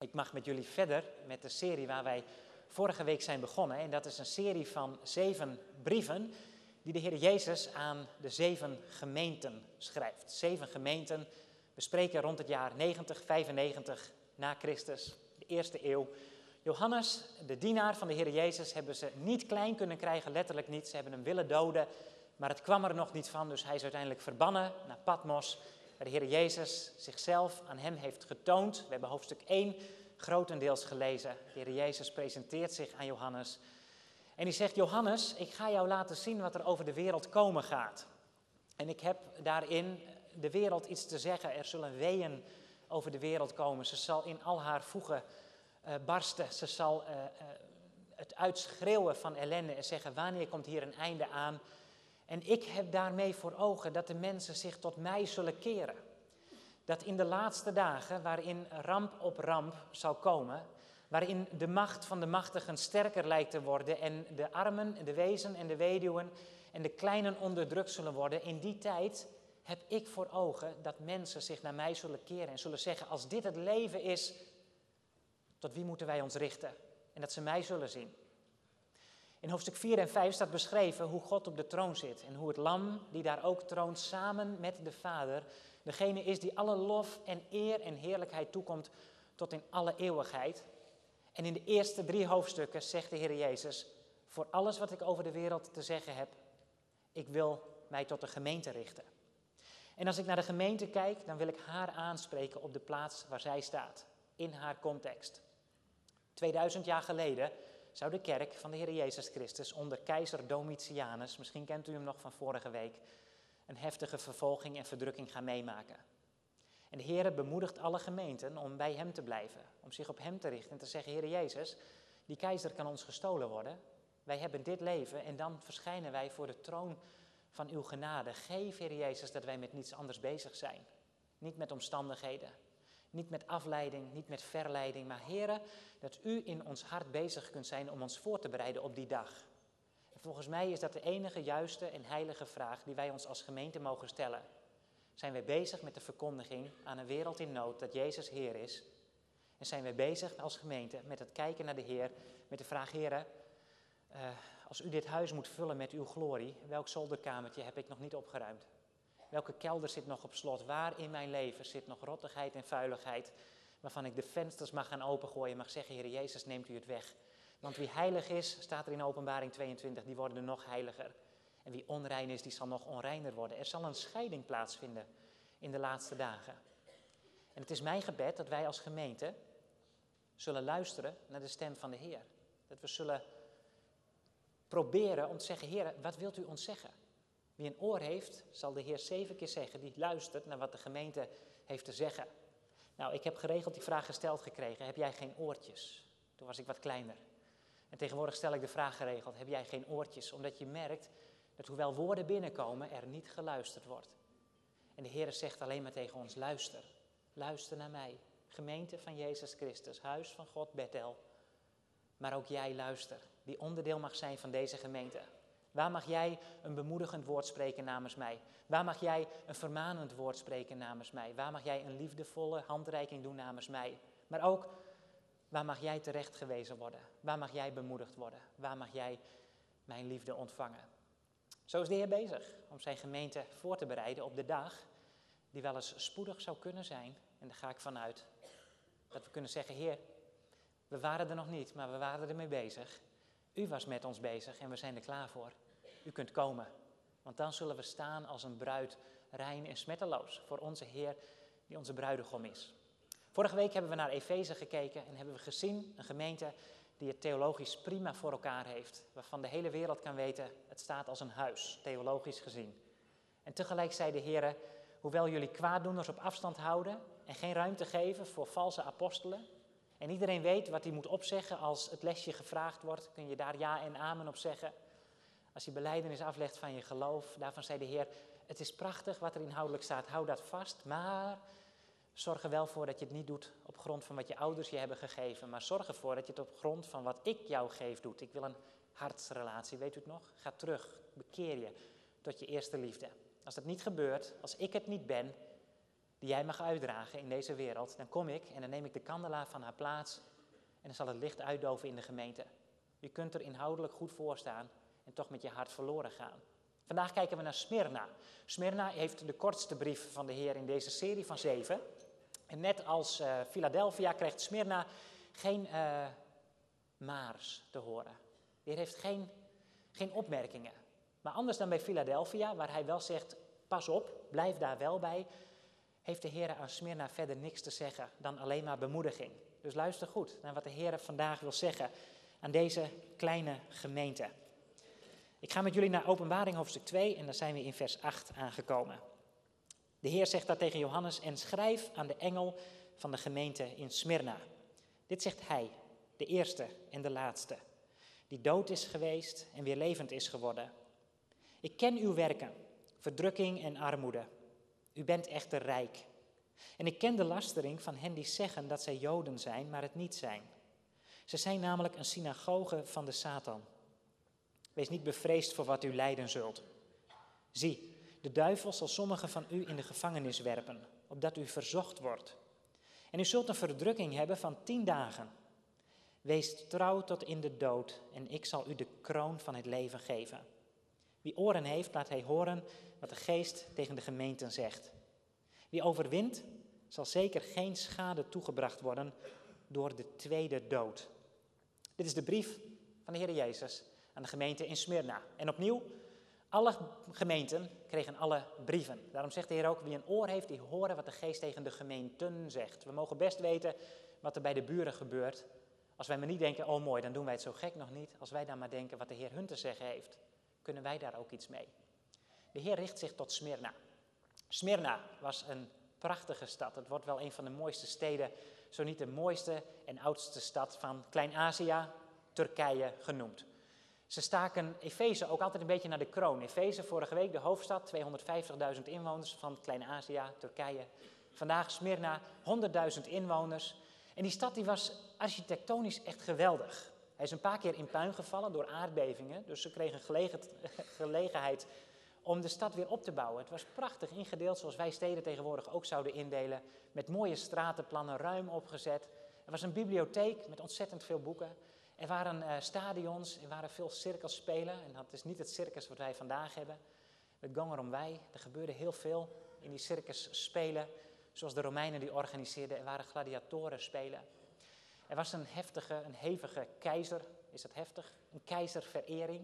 Ik mag met jullie verder met de serie waar wij vorige week zijn begonnen. En dat is een serie van 7 brieven die de Heer Jezus aan de 7 gemeenten schrijft. 7 gemeenten. We spreken rond het jaar 90, 95 na Christus, de eerste eeuw. Johannes, de dienaar van de Heer Jezus, hebben ze niet klein kunnen krijgen, letterlijk niet. Ze hebben hem willen doden, maar het kwam er nog niet van. Dus hij is uiteindelijk verbannen naar Patmos, waar de Heer Jezus zichzelf aan hem heeft getoond. We hebben hoofdstuk 1 grotendeels gelezen. De Heer Jezus presenteert zich aan Johannes. En die zegt, Johannes, ik ga jou laten zien wat er over de wereld komen gaat. En ik heb daarin de wereld iets te zeggen. Er zullen weeën over de wereld komen. Ze zal in al haar voegen barsten. Ze zal het uitschreeuwen van ellende en zeggen, wanneer komt hier een einde aan? En ik heb daarmee voor ogen dat de mensen zich tot mij zullen keren. Dat in de laatste dagen, waarin ramp op ramp zal komen, waarin de macht van de machtigen sterker lijkt te worden en de armen, de wezen en de weduwen en de kleinen onderdrukt zullen worden, in die tijd heb ik voor ogen dat mensen zich naar mij zullen keren en zullen zeggen, als dit het leven is, tot wie moeten wij ons richten? En dat ze mij zullen zien. In hoofdstuk 4 en 5 staat beschreven hoe God op de troon zit en hoe het lam die daar ook troont samen met de Vader, degene is die alle lof en eer en heerlijkheid toekomt tot in alle eeuwigheid. En in de eerste 3 hoofdstukken zegt de Heer Jezus, voor alles wat ik over de wereld te zeggen heb, ik wil mij tot de gemeente richten. En als ik naar de gemeente kijk, dan wil ik haar aanspreken op de plaats waar zij staat, in haar context. 2000 jaar geleden zou de kerk van de Heer Jezus Christus onder keizer Domitianus, misschien kent u hem nog van vorige week, een heftige vervolging en verdrukking gaan meemaken. En de Heer bemoedigt alle gemeenten om bij hem te blijven, om zich op hem te richten en te zeggen, Heer Jezus, die keizer kan ons gestolen worden. Wij hebben dit leven en dan verschijnen wij voor de troon van uw genade. Geef, Heer Jezus, dat wij met niets anders bezig zijn. Niet met omstandigheden, niet met afleiding, niet met verleiding, maar Heer, dat u in ons hart bezig kunt zijn om ons voor te bereiden op die dag. En volgens mij is dat de enige juiste en heilige vraag die wij ons als gemeente mogen stellen. Zijn wij bezig met de verkondiging aan een wereld in nood dat Jezus Heer is? En zijn wij bezig als gemeente met het kijken naar de Heer, met de vraag, Heer, als u dit huis moet vullen met uw glorie, welk zolderkamertje heb ik nog niet opgeruimd? Welke kelder zit nog op slot? Waar in mijn leven zit nog rottigheid en vuiligheid, waarvan ik de vensters mag gaan opengooien en mag zeggen, Heer Jezus, neemt u het weg. Want wie heilig is, staat er in Openbaring 22, die worden nog heiliger. En wie onrein is, die zal nog onreiner worden. Er zal een scheiding plaatsvinden in de laatste dagen. En het is mijn gebed dat wij als gemeente zullen luisteren naar de stem van de Heer. Dat we zullen proberen om te zeggen, Heer, wat wilt u ons zeggen? Wie een oor heeft, zal de Heer 7 keer zeggen, die luistert naar wat de gemeente heeft te zeggen. Nou, ik heb geregeld die vraag gesteld gekregen, heb jij geen oortjes? Toen was ik wat kleiner. En tegenwoordig stel ik de vraag geregeld, heb jij geen oortjes? Omdat je merkt dat hoewel woorden binnenkomen, er niet geluisterd wordt. En de Heer zegt alleen maar tegen ons, luister. Luister naar mij. Gemeente van Jezus Christus, huis van God, Bethel. Maar ook jij luister, die onderdeel mag zijn van deze gemeente. Waar mag jij een bemoedigend woord spreken namens mij? Waar mag jij een vermanend woord spreken namens mij? Waar mag jij een liefdevolle handreiking doen namens mij? Maar ook, waar mag jij terechtgewezen worden? Waar mag jij bemoedigd worden? Waar mag jij mijn liefde ontvangen? Zo is de Heer bezig om zijn gemeente voor te bereiden op de dag die wel eens spoedig zou kunnen zijn. En daar ga ik vanuit dat we kunnen zeggen, Heer, we waren er nog niet, maar we waren ermee bezig. U was met ons bezig en we zijn er klaar voor. U kunt komen, want dan zullen we staan als een bruid, rein en smetteloos voor onze Heer die onze bruidegom is. Vorige week hebben we naar Efeze gekeken en hebben we gezien een gemeente die het theologisch prima voor elkaar heeft. Waarvan de hele wereld kan weten, het staat als een huis, theologisch gezien. En tegelijk zei de Heer, hoewel jullie kwaaddoeners op afstand houden en geen ruimte geven voor valse apostelen. En iedereen weet wat hij moet opzeggen als het lesje gevraagd wordt, kun je daar ja en amen op zeggen. Als je belijdenis aflegt van je geloof, daarvan zei de Heer, het is prachtig wat er inhoudelijk staat, hou dat vast, maar zorg er wel voor dat je het niet doet op grond van wat je ouders je hebben gegeven, maar zorg ervoor dat je het op grond van wat ik jou geef doet. Ik wil een hartsrelatie, weet u het nog? Ga terug, bekeer je tot je eerste liefde. Als dat niet gebeurt, als ik het niet ben, die jij mag uitdragen in deze wereld, dan kom ik en dan neem ik de kandelaar van haar plaats en dan zal het licht uitdoven in de gemeente. Je kunt er inhoudelijk goed voor staan en toch met je hart verloren gaan. Vandaag kijken we naar Smyrna. Smyrna heeft de kortste brief van de Heer in deze serie van 7. En net als Philadelphia krijgt Smyrna geen maars te horen. De Heer heeft geen opmerkingen. Maar anders dan bij Philadelphia, waar hij wel zegt, pas op, blijf daar wel bij, heeft de Heer aan Smyrna verder niks te zeggen dan alleen maar bemoediging. Dus luister goed naar wat de Heer vandaag wil zeggen aan deze kleine gemeente. Ik ga met jullie naar Openbaring hoofdstuk 2 en dan zijn we in vers 8 aangekomen. De Heer zegt daar tegen Johannes: en schrijf aan de engel van de gemeente in Smyrna. Dit zegt hij, de eerste en de laatste, die dood is geweest en weer levend is geworden. Ik ken uw werken, verdrukking en armoede. U bent echter rijk. En ik ken de lastering van hen die zeggen dat zij Joden zijn, maar het niet zijn. Ze zijn namelijk een synagoge van de Satan. Wees niet bevreesd voor wat u lijden zult. Zie, de duivel zal sommigen van u in de gevangenis werpen, opdat u verzocht wordt. En u zult een verdrukking hebben van 10 dagen. Wees trouw tot in de dood en ik zal u de kroon van het leven geven. Wie oren heeft, laat hij horen wat de Geest tegen de gemeenten zegt. Wie overwint, zal zeker geen schade toegebracht worden door de tweede dood. Dit is de brief van de Heer Jezus aan de gemeente in Smyrna. En opnieuw, alle gemeenten kregen alle brieven. Daarom zegt de Heer ook, wie een oor heeft, die horen wat de Geest tegen de gemeenten zegt. We mogen best weten wat er bij de buren gebeurt. Als wij maar niet denken, oh mooi, dan doen wij het zo gek nog niet. Als wij dan maar denken wat de Heer hun te zeggen heeft, kunnen wij daar ook iets mee. De Heer richt zich tot Smyrna. Smyrna was een prachtige stad. Het wordt wel een van de mooiste steden, zo niet de mooiste en oudste stad van Klein-Azië, Turkije genoemd. Ze staken Efeze ook altijd een beetje naar de kroon. Efeze, vorige week de hoofdstad, 250.000 inwoners van Klein-Azië, Turkije. Vandaag Smyrna, 100.000 inwoners. En die stad die was architectonisch echt geweldig. Hij is een paar keer in puin gevallen door aardbevingen, dus ze kregen gelegenheid om de stad weer op te bouwen. Het was prachtig ingedeeld, zoals wij steden tegenwoordig ook zouden indelen, met mooie stratenplannen, ruim opgezet. Er was een bibliotheek met ontzettend veel boeken. Er waren stadions, er waren veel cirkelspelen. En dat is niet het circus wat wij vandaag hebben. Het Gong erom wij. Er gebeurde heel veel in die circusspelen. Zoals de Romeinen die organiseerden. Er waren gladiatorenspelen. Er was een hevige keizer. Is dat heftig? Een keizerverering.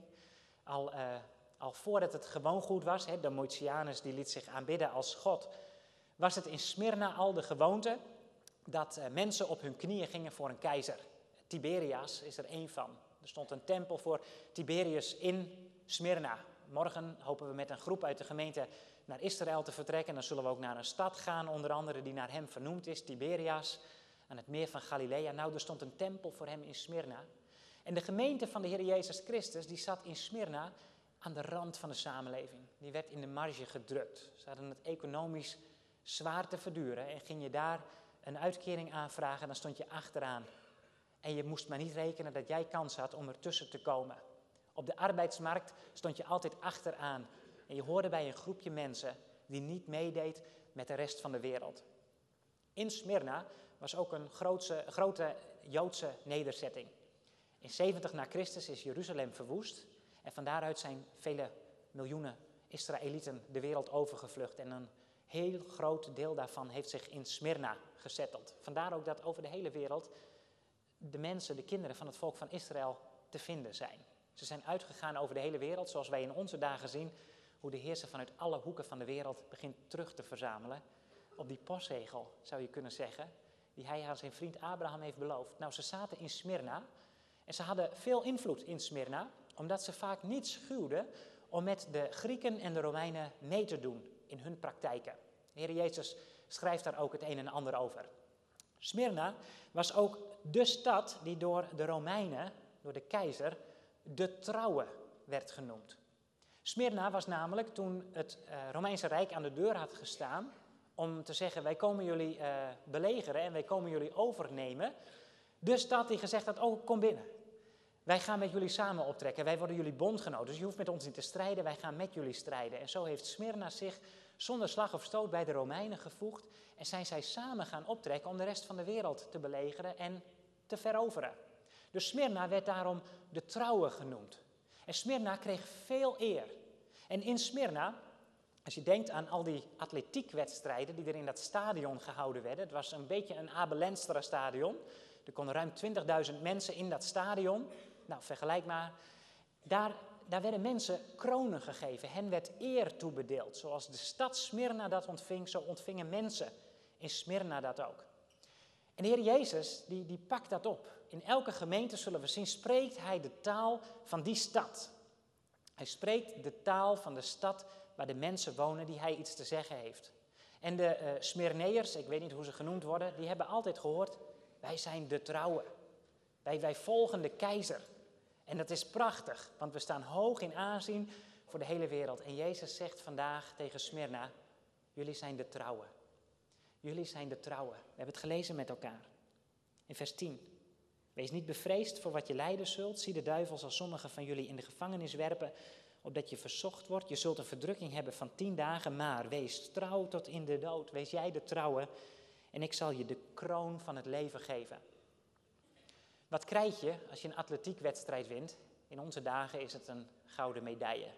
Al voordat het gewoon goed was, Domitianus die liet zich aanbidden als God, was het in Smyrna al de gewoonte dat mensen op hun knieën gingen voor een keizer. Tiberias is er één van. Er stond een tempel voor Tiberius in Smyrna. Morgen hopen we met een groep uit de gemeente naar Israël te vertrekken. Dan zullen we ook naar een stad gaan, onder andere die naar hem vernoemd is, Tiberias, aan het meer van Galilea. Nou, er stond een tempel voor hem in Smyrna. En de gemeente van de Heer Jezus Christus, die zat in Smyrna aan de rand van de samenleving. Die werd in de marge gedrukt. Ze hadden het economisch zwaar te verduren. En ging je daar een uitkering aanvragen, dan stond je achteraan. En je moest maar niet rekenen dat jij kans had om ertussen te komen. Op de arbeidsmarkt stond je altijd achteraan. En je hoorde bij een groepje mensen die niet meedeed met de rest van de wereld. In Smyrna was ook een grote Joodse nederzetting. In 70 na Christus is Jeruzalem verwoest. En van daaruit zijn vele miljoenen Israëlieten de wereld overgevlucht. En een heel groot deel daarvan heeft zich in Smyrna gezetteld. Vandaar ook dat over de hele wereld de mensen, de kinderen van het volk van Israël te vinden zijn. Ze zijn uitgegaan over de hele wereld, zoals wij in onze dagen zien, hoe de Heer ze vanuit alle hoeken van de wereld begint terug te verzamelen. Op die postzegel, zou je kunnen zeggen, die hij aan zijn vriend Abraham heeft beloofd. Nou, ze zaten in Smyrna en ze hadden veel invloed in Smyrna, omdat ze vaak niet schuwden om met de Grieken en de Romeinen mee te doen in hun praktijken. De Heer Jezus schrijft daar ook het een en ander over. Smyrna was ook de stad die door de Romeinen, door de keizer, de trouwe werd genoemd. Smyrna was namelijk, toen het Romeinse Rijk aan de deur had gestaan, om te zeggen, wij komen jullie belegeren en wij komen jullie overnemen, de stad die gezegd had, oh, kom binnen. Wij gaan met jullie samen optrekken, wij worden jullie bondgenoten, dus je hoeft met ons niet te strijden, wij gaan met jullie strijden. En zo heeft Smyrna zich zonder slag of stoot bij de Romeinen gevoegd en zijn zij samen gaan optrekken om de rest van de wereld te belegeren en te veroveren. Dus Smyrna werd daarom de trouwe genoemd. En Smyrna kreeg veel eer. En in Smyrna, als je denkt aan al die atletiekwedstrijden die er in dat stadion gehouden werden. Het was een beetje een Abel Enstra stadion. Er konden ruim 20.000 mensen in dat stadion. Nou, vergelijk maar. Daar werden mensen kronen gegeven. Hen werd eer toebedeeld. Zoals de stad Smyrna dat ontving, zo ontvingen mensen in Smyrna dat ook. En de Heer Jezus, die pakt dat op. In elke gemeente, zullen we zien, spreekt hij de taal van die stad. Hij spreekt de taal van de stad waar de mensen wonen die hij iets te zeggen heeft. En de Smyrneërs, ik weet niet hoe ze genoemd worden, die hebben altijd gehoord, wij zijn de trouwe. Wij volgen de keizer. En dat is prachtig, want we staan hoog in aanzien voor de hele wereld. En Jezus zegt vandaag tegen Smyrna, jullie zijn de trouwe. Jullie zijn de trouwe. We hebben het gelezen met elkaar. In vers 10. Wees niet bevreesd voor wat je lijden zult. Zie, de duivel zal sommigen van jullie in de gevangenis werpen, opdat je verzocht wordt. Je zult een verdrukking hebben van 10 dagen, maar wees trouw tot in de dood. Wees jij de trouwe en ik zal je de kroon van het leven geven. Wat krijg je als je een atletiekwedstrijd wint? In onze dagen is het een gouden medaille.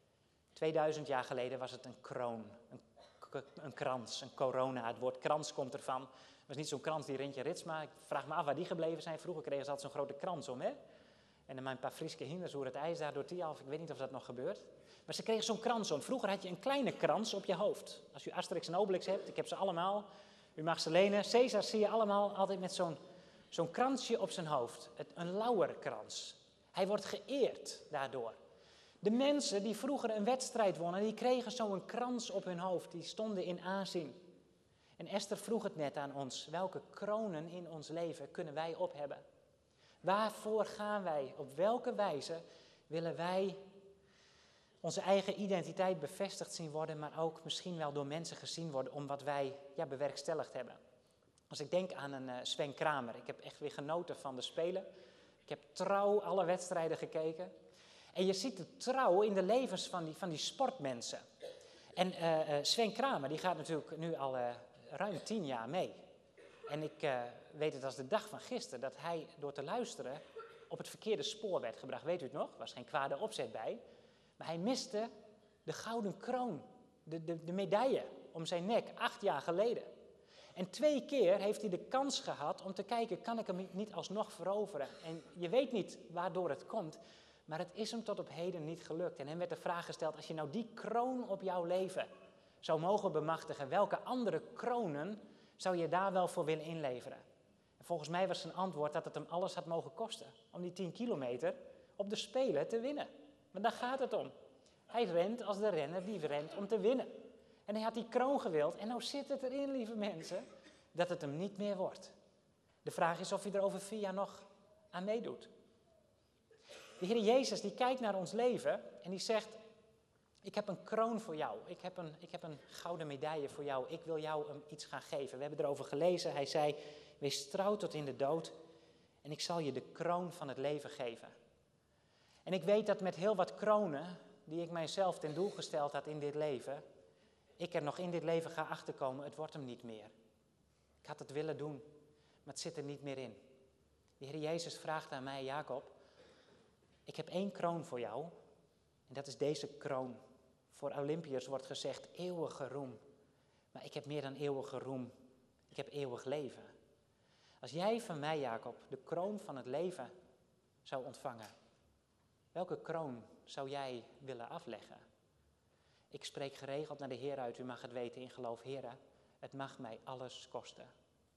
2000 jaar geleden was het een kroon, een krans, een corona. Het woord krans komt ervan. Het was niet zo'n krans die Rintje Ritsma. Ik vraag me af waar die gebleven zijn. Vroeger kregen ze altijd zo'n grote krans om, hè? En dan mijn paar Frieske hinders hoe het ijs daar door Tialf. Ik weet niet of dat nog gebeurt. Maar ze kregen zo'n krans om. Vroeger had je een kleine krans op je hoofd. Als u Asterix en Obelix hebt, ik heb ze allemaal. U mag ze lenen. Caesar zie je allemaal altijd met zo'n kransje op zijn hoofd. Een lauwerkrans. Hij wordt geëerd daardoor. De mensen die vroeger een wedstrijd wonnen, die kregen zo'n krans op hun hoofd. Die stonden in aanzien. En Esther vroeg het net aan ons. Welke kronen in ons leven kunnen wij ophebben? Waarvoor gaan wij? Op welke wijze willen wij onze eigen identiteit bevestigd zien worden, maar ook misschien wel door mensen gezien worden om wat wij bewerkstelligd hebben? Als ik denk aan een Sven Kramer, ik heb echt weer genoten van de Spelen. Ik heb trouw alle wedstrijden gekeken. En je ziet de trouw in de levens van die sportmensen. En Sven Kramer, die gaat natuurlijk nu al ruim 10 jaar mee. En ik weet het als de dag van gisteren, dat hij door te luisteren op het verkeerde spoor werd gebracht. Weet u het nog? Er was geen kwade opzet bij. Maar hij miste de gouden kroon, de medaille om zijn nek, 8 jaar geleden. En 2 keer heeft hij de kans gehad om te kijken, kan ik hem niet alsnog veroveren? En je weet niet waardoor het komt, maar het is hem tot op heden niet gelukt. En hem werd de vraag gesteld, als je nou die kroon op jouw leven zou mogen bemachtigen, welke andere kronen zou je daar wel voor willen inleveren? En volgens mij was zijn antwoord dat het hem alles had mogen kosten om die 10 kilometer op de Spelen te winnen. Maar daar gaat het om. Hij rent als de renner die rent om te winnen. En hij had die kroon gewild. En nou zit het erin, lieve mensen, dat het hem niet meer wordt. De vraag is of hij er over 4 jaar nog aan meedoet. De Heer Jezus die kijkt naar ons leven en die zegt, ik heb een kroon voor jou. Ik heb een gouden medaille voor jou. Ik wil jou iets gaan geven. We hebben erover gelezen. Hij zei, wees trouw tot in de dood en ik zal je de kroon van het leven geven. En ik weet dat met heel wat kronen die ik mijzelf ten doel gesteld had in dit leven, ik er nog in dit leven ga achterkomen, het wordt hem niet meer. Ik had het willen doen, maar het zit er niet meer in. De Heer Jezus vraagt aan mij, Jacob, ik heb 1 kroon voor jou en dat is deze kroon. Voor Olympiërs wordt gezegd eeuwige roem, maar ik heb meer dan eeuwige roem. Ik heb eeuwig leven. Als jij van mij, Jacob, de kroon van het leven zou ontvangen, welke kroon zou jij willen afleggen? Ik spreek geregeld naar de Heer uit, u mag het weten in geloof. Heere, het mag mij alles kosten.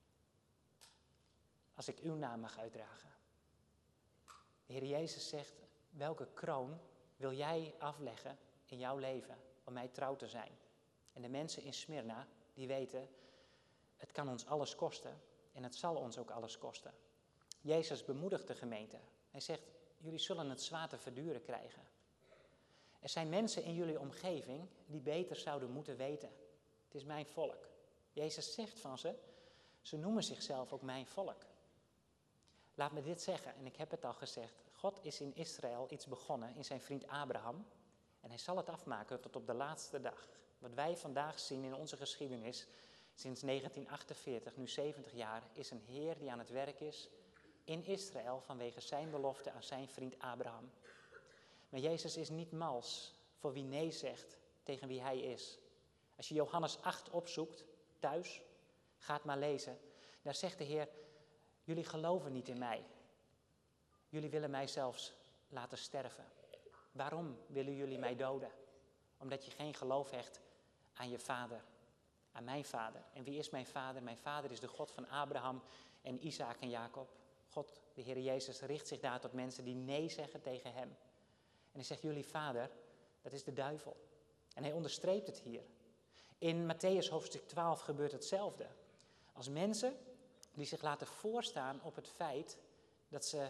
Als ik uw naam mag uitdragen. De Heer Jezus zegt, welke kroon wil jij afleggen in jouw leven om mij trouw te zijn? En de mensen in Smyrna, die weten, het kan ons alles kosten en het zal ons ook alles kosten. Jezus bemoedigt de gemeente. Hij zegt, jullie zullen het zwaar te verduren krijgen. Er zijn mensen in jullie omgeving die beter zouden moeten weten. Het is mijn volk. Jezus zegt van ze noemen zichzelf ook mijn volk. Laat me dit zeggen, en ik heb het al gezegd. God is in Israël iets begonnen in zijn vriend Abraham. En hij zal het afmaken tot op de laatste dag. Wat wij vandaag zien in onze geschiedenis, sinds 1948, nu 70 jaar, is een Heer die aan het werk is in Israël vanwege zijn belofte aan zijn vriend Abraham. Maar Jezus is niet mals voor wie nee zegt tegen wie hij is. Als je Johannes 8 opzoekt, thuis, ga het maar lezen. Daar zegt de Heer, jullie geloven niet in mij. Jullie willen mij zelfs laten sterven. Waarom willen jullie mij doden? Omdat je geen geloof hecht aan je vader, aan mijn vader. En wie is mijn vader? Mijn vader is de God van Abraham en Isaac en Jacob. God, de Heer Jezus, richt zich daar tot mensen die nee zeggen tegen hem. En hij zegt, jullie vader, dat is de duivel. En hij onderstreept het hier. In Mattheüs hoofdstuk 12 gebeurt hetzelfde. Als mensen die zich laten voorstaan op het feit dat ze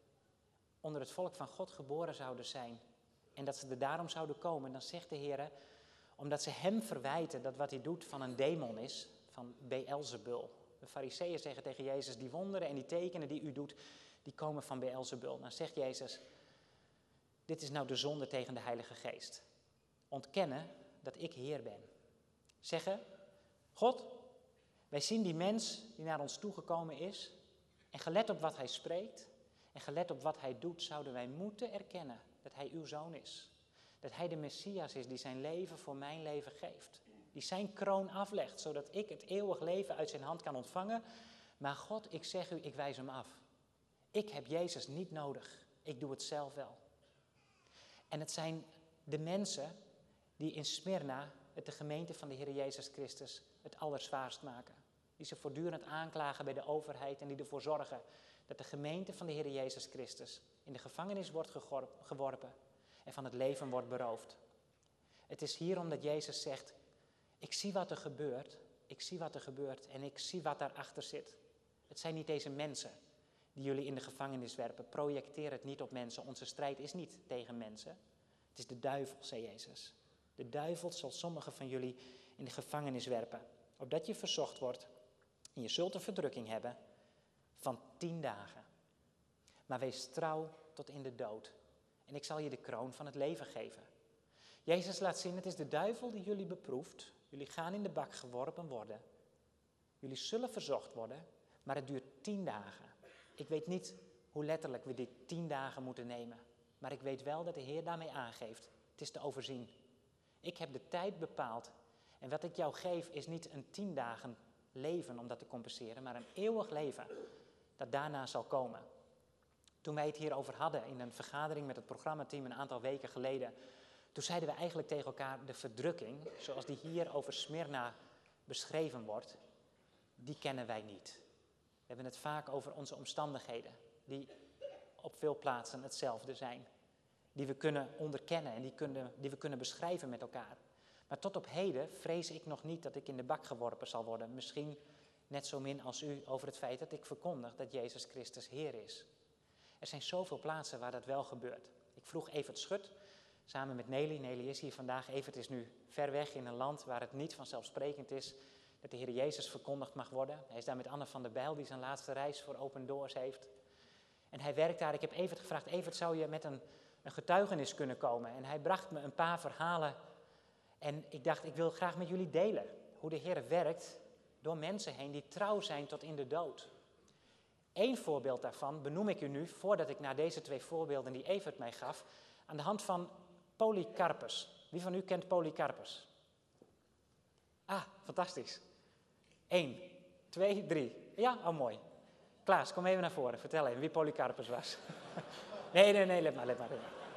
onder het volk van God geboren zouden zijn en dat ze er daarom zouden komen, dan zegt de Heer, omdat ze hem verwijten dat wat hij doet van een demon is, van Beelzebul. De Farizeeën zeggen tegen Jezus, die wonderen en die tekenen die u doet, die komen van Beelzebul. Dan zegt Jezus, dit is nou de zonde tegen de Heilige Geest. Ontkennen dat ik Heer ben. Zeggen, God, wij zien die mens die naar ons toegekomen is en gelet op wat hij spreekt en gelet op wat hij doet, zouden wij moeten erkennen dat hij uw zoon is. Dat hij de Messias is die zijn leven voor mijn leven geeft. Die zijn kroon aflegt, zodat ik het eeuwig leven uit zijn hand kan ontvangen. Maar God, ik zeg u, ik wijs hem af. Ik heb Jezus niet nodig. Ik doe het zelf wel. En het zijn de mensen die in Smyrna, het de gemeente van de Heer Jezus Christus, het allerzwaarst maken. Die ze voortdurend aanklagen bij de overheid en die ervoor zorgen dat de gemeente van de Heer Jezus Christus in de gevangenis wordt geworpen en van het leven wordt beroofd. Het is hierom dat Jezus zegt, ik zie wat er gebeurt en ik zie wat daarachter zit. Het zijn niet deze mensen die jullie in de gevangenis werpen. Projecteer het niet op mensen. Onze strijd is niet tegen mensen. Het is de duivel, zei Jezus. De duivel zal sommigen van jullie in de gevangenis werpen, opdat je verzocht wordt en je zult een verdrukking hebben van 10 dagen. Maar wees trouw tot in de dood en ik zal je de kroon van het leven geven. Jezus laat zien, het is de duivel die jullie beproeft. Jullie gaan in de bak geworpen worden. Jullie zullen verzocht worden, maar het duurt 10 dagen. Ik weet niet hoe letterlijk we die 10 dagen moeten nemen. Maar ik weet wel dat de Heer daarmee aangeeft. Het is te overzien. Ik heb de tijd bepaald. En wat ik jou geef is niet een 10 dagen leven om dat te compenseren, maar een eeuwig leven dat daarna zal komen. Toen wij het hierover hadden in een vergadering met het programmateam een aantal weken geleden, toen zeiden we eigenlijk tegen elkaar, de verdrukking, zoals die hier over Smyrna beschreven wordt, die kennen wij niet. We hebben het vaak over onze omstandigheden, die op veel plaatsen hetzelfde zijn. Die we kunnen onderkennen en die we kunnen beschrijven met elkaar. Maar tot op heden vrees ik nog niet dat ik in de bak geworpen zal worden. Misschien net zo min als u over het feit dat ik verkondig dat Jezus Christus Heer is. Er zijn zoveel plaatsen waar dat wel gebeurt. Ik vroeg Evert Schut, samen met Nelly. Nelly is hier vandaag. Evert is nu ver weg in een land waar het niet vanzelfsprekend is dat de Heer Jezus verkondigd mag worden. Hij is daar met Anne van der Bijl, die zijn laatste reis voor Open Doors heeft. En hij werkt daar. Ik heb Evert gevraagd, Evert, zou je met een getuigenis kunnen komen? En hij bracht me een paar verhalen. En ik dacht, ik wil graag met jullie delen hoe de Heer werkt door mensen heen die trouw zijn tot in de dood. Eén voorbeeld daarvan benoem ik u nu, voordat ik naar deze 2 voorbeelden die Evert mij gaf, aan de hand van Polycarpus. Wie van u kent Polycarpus? Ah, fantastisch. 1, 2, 3. Ja, oh mooi. Klaas, kom even naar voren. Vertel even wie Polycarpus was. Nee, let maar. Ja.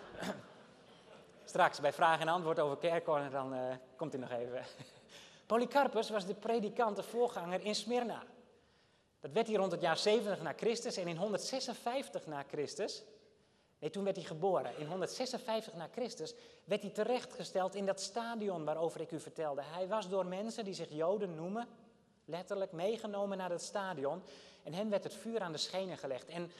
Straks bij vraag en antwoord over Kerkcorner, dan komt hij nog even. Polycarpus was de predikant, de voorganger in Smyrna. Dat werd hij rond het jaar 70 na Christus en in 156 na Christus, toen werd hij geboren. In 156 na Christus werd hij terechtgesteld in dat stadion waarover ik u vertelde. Hij was door mensen die zich Joden noemen, letterlijk meegenomen naar dat stadion. En hem werd het vuur aan de schenen gelegd. En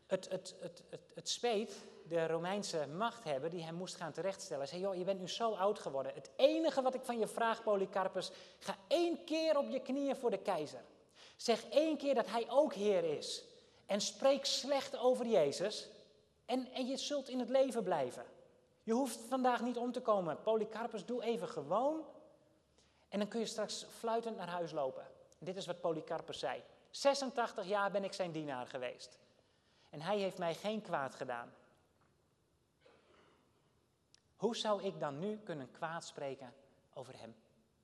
het speet de Romeinse machthebber die hem moest gaan terechtstellen. Hij zei, joh, je bent nu zo oud geworden. Het enige wat ik van je vraag, Polycarpus, ga 1 keer op je knieën voor de keizer. Zeg 1 keer dat hij ook Heer is. En spreek slecht over Jezus. En je zult in het leven blijven. Je hoeft vandaag niet om te komen. Polycarpus, doe even gewoon. En dan kun je straks fluitend naar huis lopen. En dit is wat Polycarpus zei. 86 jaar ben ik zijn dienaar geweest. En hij heeft mij geen kwaad gedaan. Hoe zou ik dan nu kunnen kwaad spreken over hem?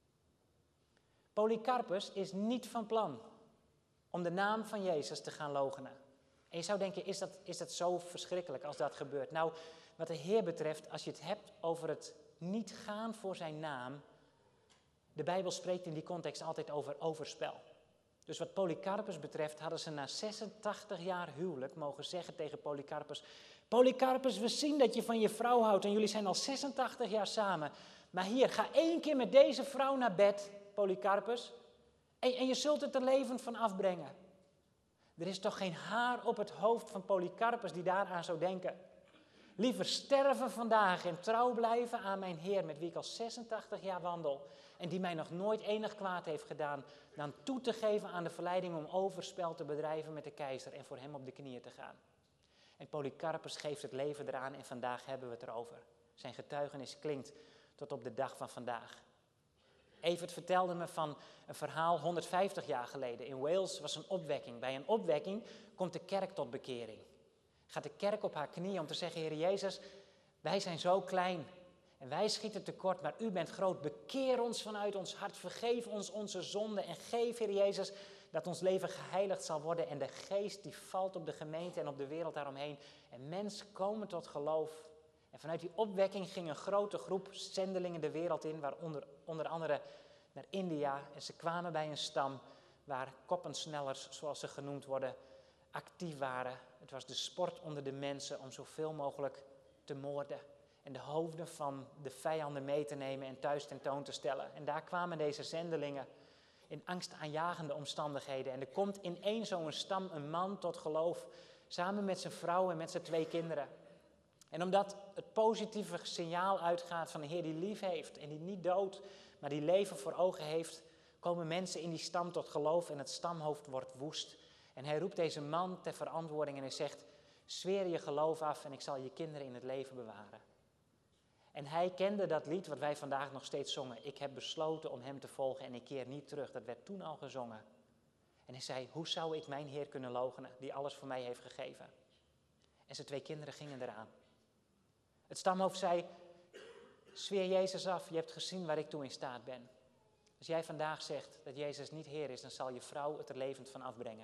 Polycarpus is niet van plan om de naam van Jezus te gaan loochenen. En je zou denken, is dat zo verschrikkelijk als dat gebeurt? Nou, wat de Heer betreft, als je het hebt over het niet gaan voor zijn naam, de Bijbel spreekt in die context altijd over overspel. Dus wat Polycarpus betreft hadden ze na 86 jaar huwelijk mogen zeggen tegen Polycarpus: Polycarpus, we zien dat je van je vrouw houdt en jullie zijn al 86 jaar samen. Maar hier, ga 1 keer met deze vrouw naar bed, Polycarpus, en je zult het er levend van afbrengen. Er is toch geen haar op het hoofd van Polycarpus die daaraan zou denken. Liever sterven vandaag en trouw blijven aan mijn Heer, met wie ik al 86 jaar wandel en die mij nog nooit enig kwaad heeft gedaan, dan toe te geven aan de verleiding om overspel te bedrijven met de keizer en voor hem op de knieën te gaan. En Polycarpus geeft het leven eraan en vandaag hebben we het erover. Zijn getuigenis klinkt tot op de dag van vandaag. Evert vertelde me van een verhaal 150 jaar geleden. In Wales was een opwekking. Bij een opwekking komt de kerk tot bekering. Gaat de kerk op haar knieën om te zeggen: Heer Jezus, wij zijn zo klein en wij schieten tekort, maar u bent groot. Bekeer ons vanuit ons hart, vergeef ons onze zonden en geef, Heer Jezus, dat ons leven geheiligd zal worden. En de geest die valt op de gemeente en op de wereld daaromheen. En mensen komen tot geloof. En vanuit die opwekking ging een grote groep zendelingen de wereld in, waaronder onder andere naar India. En ze kwamen bij een stam waar koppensnellers, zoals ze genoemd worden, actief waren. Het was de sport onder de mensen om zoveel mogelijk te moorden. En de hoofden van de vijanden mee te nemen en thuis tentoon te stellen. En daar kwamen deze zendelingen in angstaanjagende omstandigheden. En er komt in één zo'n stam een man tot geloof, samen met zijn vrouw en met zijn 2 kinderen. En omdat het positieve signaal uitgaat van een Heer die lief heeft en die niet doodt, maar die leven voor ogen heeft, komen mensen in die stam tot geloof en het stamhoofd wordt woest. En hij roept deze man ter verantwoording en hij zegt: zweer je geloof af en ik zal je kinderen in het leven bewaren. En hij kende dat lied wat wij vandaag nog steeds zongen. Ik heb besloten om hem te volgen en ik keer niet terug. Dat werd toen al gezongen. En hij zei: hoe zou ik mijn Heer kunnen loochenen die alles voor mij heeft gegeven? En zijn 2 kinderen gingen eraan. Het stamhoofd zei: zweer Jezus af, je hebt gezien waar ik toe in staat ben. Als jij vandaag zegt dat Jezus niet Heer is, dan zal je vrouw het er levend van afbrengen.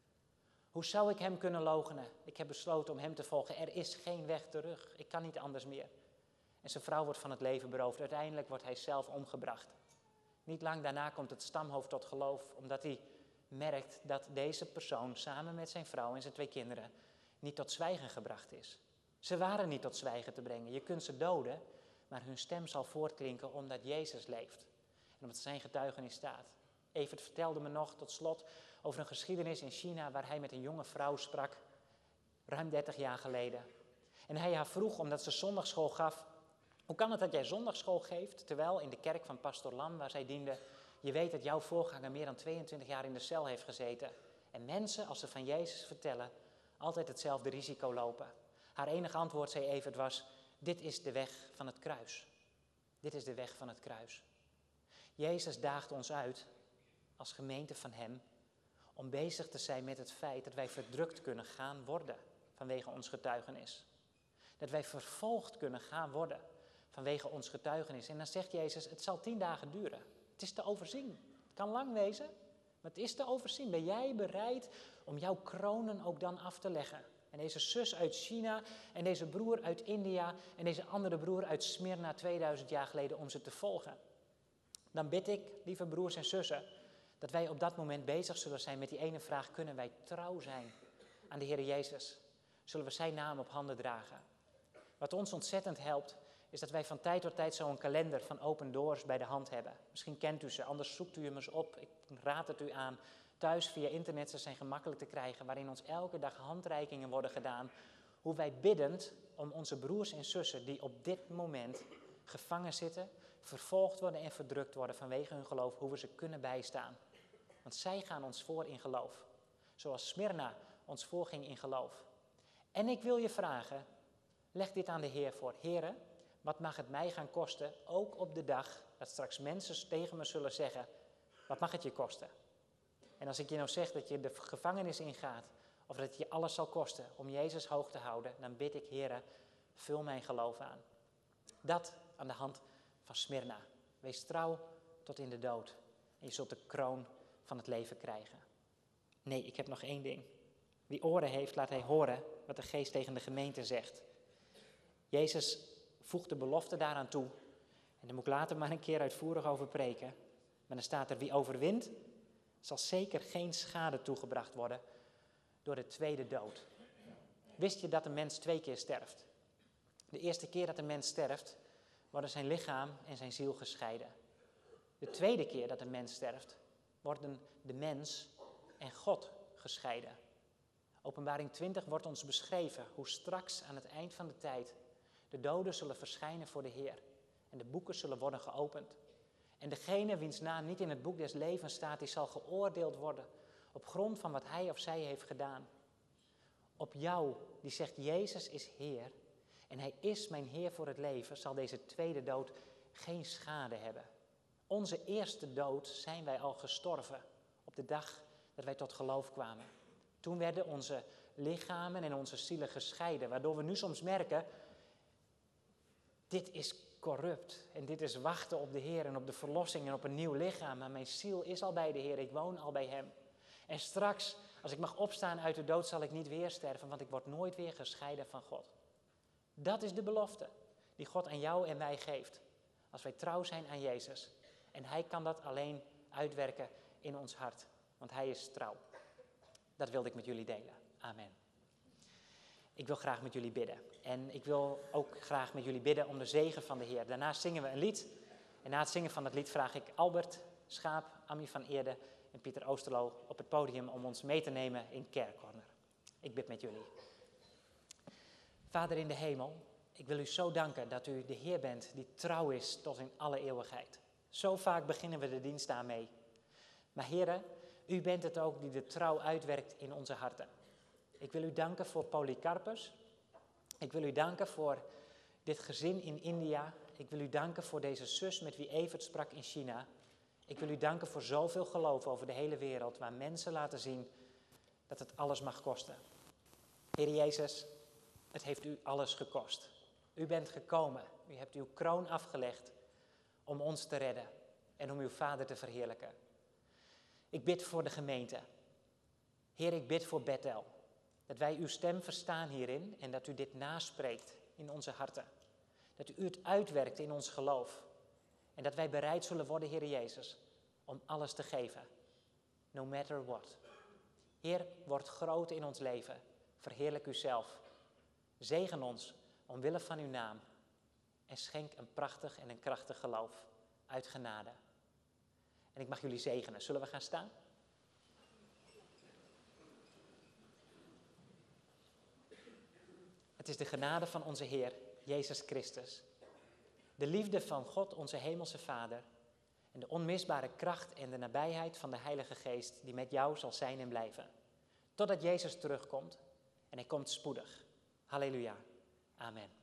Hoe zou ik hem kunnen loochenen? Ik heb besloten om hem te volgen. Er is geen weg terug. Ik kan niet anders meer. En zijn vrouw wordt van het leven beroofd. Uiteindelijk wordt hij zelf omgebracht. Niet lang daarna komt het stamhoofd tot geloof, omdat hij merkt dat deze persoon samen met zijn vrouw en zijn 2 kinderen niet tot zwijgen gebracht is. Ze waren niet tot zwijgen te brengen. Je kunt ze doden, maar hun stem zal voortklinken omdat Jezus leeft. En omdat zijn getuigenis staat. Evert vertelde me nog tot slot over een geschiedenis in China waar hij met een jonge vrouw sprak, ruim 30 jaar geleden. En hij haar vroeg, omdat ze zondagsschool gaf: hoe kan het dat jij zondagsschool geeft, terwijl in de kerk van Pastor Lam, waar zij diende, je weet dat jouw voorganger meer dan 22 jaar in de cel heeft gezeten. En mensen, als ze van Jezus vertellen, altijd hetzelfde risico lopen. Haar enige antwoord, zei Evert, was: dit is de weg van het kruis. Dit is de weg van het kruis. Jezus daagt ons uit, als gemeente van hem, om bezig te zijn met het feit dat wij verdrukt kunnen gaan worden vanwege ons getuigenis. Dat wij vervolgd kunnen gaan worden vanwege ons getuigenis. En dan zegt Jezus: het zal 10 dagen duren. Het is te overzien. Het kan lang wezen, maar het is te overzien. Ben jij bereid om jouw kronen ook dan af te leggen? En deze zus uit China en deze broer uit India en deze andere broer uit Smyrna 2000 jaar geleden, om ze te volgen. Dan bid ik, lieve broers en zussen, dat wij op dat moment bezig zullen zijn met die ene vraag: kunnen wij trouw zijn aan de Heer Jezus? Zullen we zijn naam op handen dragen? Wat ons ontzettend helpt, is dat wij van tijd tot tijd zo'n kalender van Open Doors bij de hand hebben. Misschien kent u ze, anders zoekt u hem eens op. Ik raad het u aan. Thuis via internet, ze zijn gemakkelijk te krijgen, waarin ons elke dag handreikingen worden gedaan. Hoe wij biddend om onze broers en zussen die op dit moment gevangen zitten, vervolgd worden en verdrukt worden vanwege hun geloof, hoe we ze kunnen bijstaan. Want zij gaan ons voor in geloof. Zoals Smyrna ons voorging in geloof. En ik wil je vragen, leg dit aan de Heer voor. Heere, Wat mag het mij gaan kosten, ook op de dag dat straks mensen tegen me zullen zeggen, wat mag het je kosten? En als ik je nou zeg dat je de gevangenis ingaat, of dat het je alles zal kosten om Jezus hoog te houden, dan bid ik, Heere, vul mijn geloof aan. Dat aan de hand van Smyrna. Wees trouw tot in de dood en je zult de kroon van het leven krijgen. Nee, ik heb nog één ding. Wie oren heeft, laat hij horen wat de Geest tegen de gemeente zegt. Jezus voegt de belofte daaraan toe. En daar moet ik later maar een keer uitvoerig over preken. Maar dan staat er, wie overwint, zal zeker geen schade toegebracht worden door de tweede dood. Wist je dat een mens 2 keer sterft? De eerste keer dat een mens sterft, worden zijn lichaam en zijn ziel gescheiden. De tweede keer dat een mens sterft, worden de mens en God gescheiden. Openbaring 20 wordt ons beschreven hoe straks aan het eind van de tijd de doden zullen verschijnen voor de Heer en de boeken zullen worden geopend. En degene wiens naam niet in het boek des levens staat, die zal geoordeeld worden op grond van wat hij of zij heeft gedaan. Op jou, die zegt Jezus is Heer en hij is mijn Heer voor het leven, zal deze tweede dood geen schade hebben. Onze eerste dood zijn wij al gestorven op de dag dat wij tot geloof kwamen. Toen werden onze lichamen en onze zielen gescheiden, waardoor we nu soms merken, dit is corrupt en dit is wachten op de Heer en op de verlossing en op een nieuw lichaam. Maar mijn ziel is al bij de Heer, ik woon al bij Hem. En straks, als ik mag opstaan uit de dood, zal ik niet weer sterven, want ik word nooit weer gescheiden van God. Dat is de belofte die God aan jou en mij geeft, als wij trouw zijn aan Jezus. En Hij kan dat alleen uitwerken in ons hart, want Hij is trouw. Dat wilde ik met jullie delen. Amen. Ik wil graag met jullie bidden. En ik wil ook graag met jullie bidden om de zegen van de Heer. Daarna zingen we een lied. En na het zingen van het lied vraag ik Albert Schaap, Amie van Eerde en Pieter Oosterlo op het podium om ons mee te nemen in Kerkcorner. Ik bid met jullie. Vader in de hemel, ik wil u zo danken dat u de Heer bent die trouw is tot in alle eeuwigheid. Zo vaak beginnen we de dienst daarmee. Maar Heere, u bent het ook die de trouw uitwerkt in onze harten. Ik wil u danken voor Polycarpus. Ik wil u danken voor dit gezin in India. Ik wil u danken voor deze zus met wie Evert sprak in China. Ik wil u danken voor zoveel geloof over de hele wereld, waar mensen laten zien dat het alles mag kosten. Heer Jezus, het heeft u alles gekost. U bent gekomen, u hebt uw kroon afgelegd om ons te redden en om uw Vader te verheerlijken. Ik bid voor de gemeente. Heer, ik bid voor Bethel. Dat wij uw stem verstaan hierin en dat u dit naspreekt in onze harten. Dat u het uitwerkt in ons geloof. En dat wij bereid zullen worden, Heer Jezus, om alles te geven. No matter what. Heer, word groot in ons leven. Verheerlijk uzelf. Zegen ons omwille van uw naam. En schenk een prachtig en een krachtig geloof uit genade. En ik mag jullie zegenen. Zullen we gaan staan? Het is de genade van onze Heer, Jezus Christus. De liefde van God, onze hemelse Vader. En de onmisbare kracht en de nabijheid van de Heilige Geest die met jou zal zijn en blijven. Totdat Jezus terugkomt. En hij komt spoedig. Halleluja. Amen.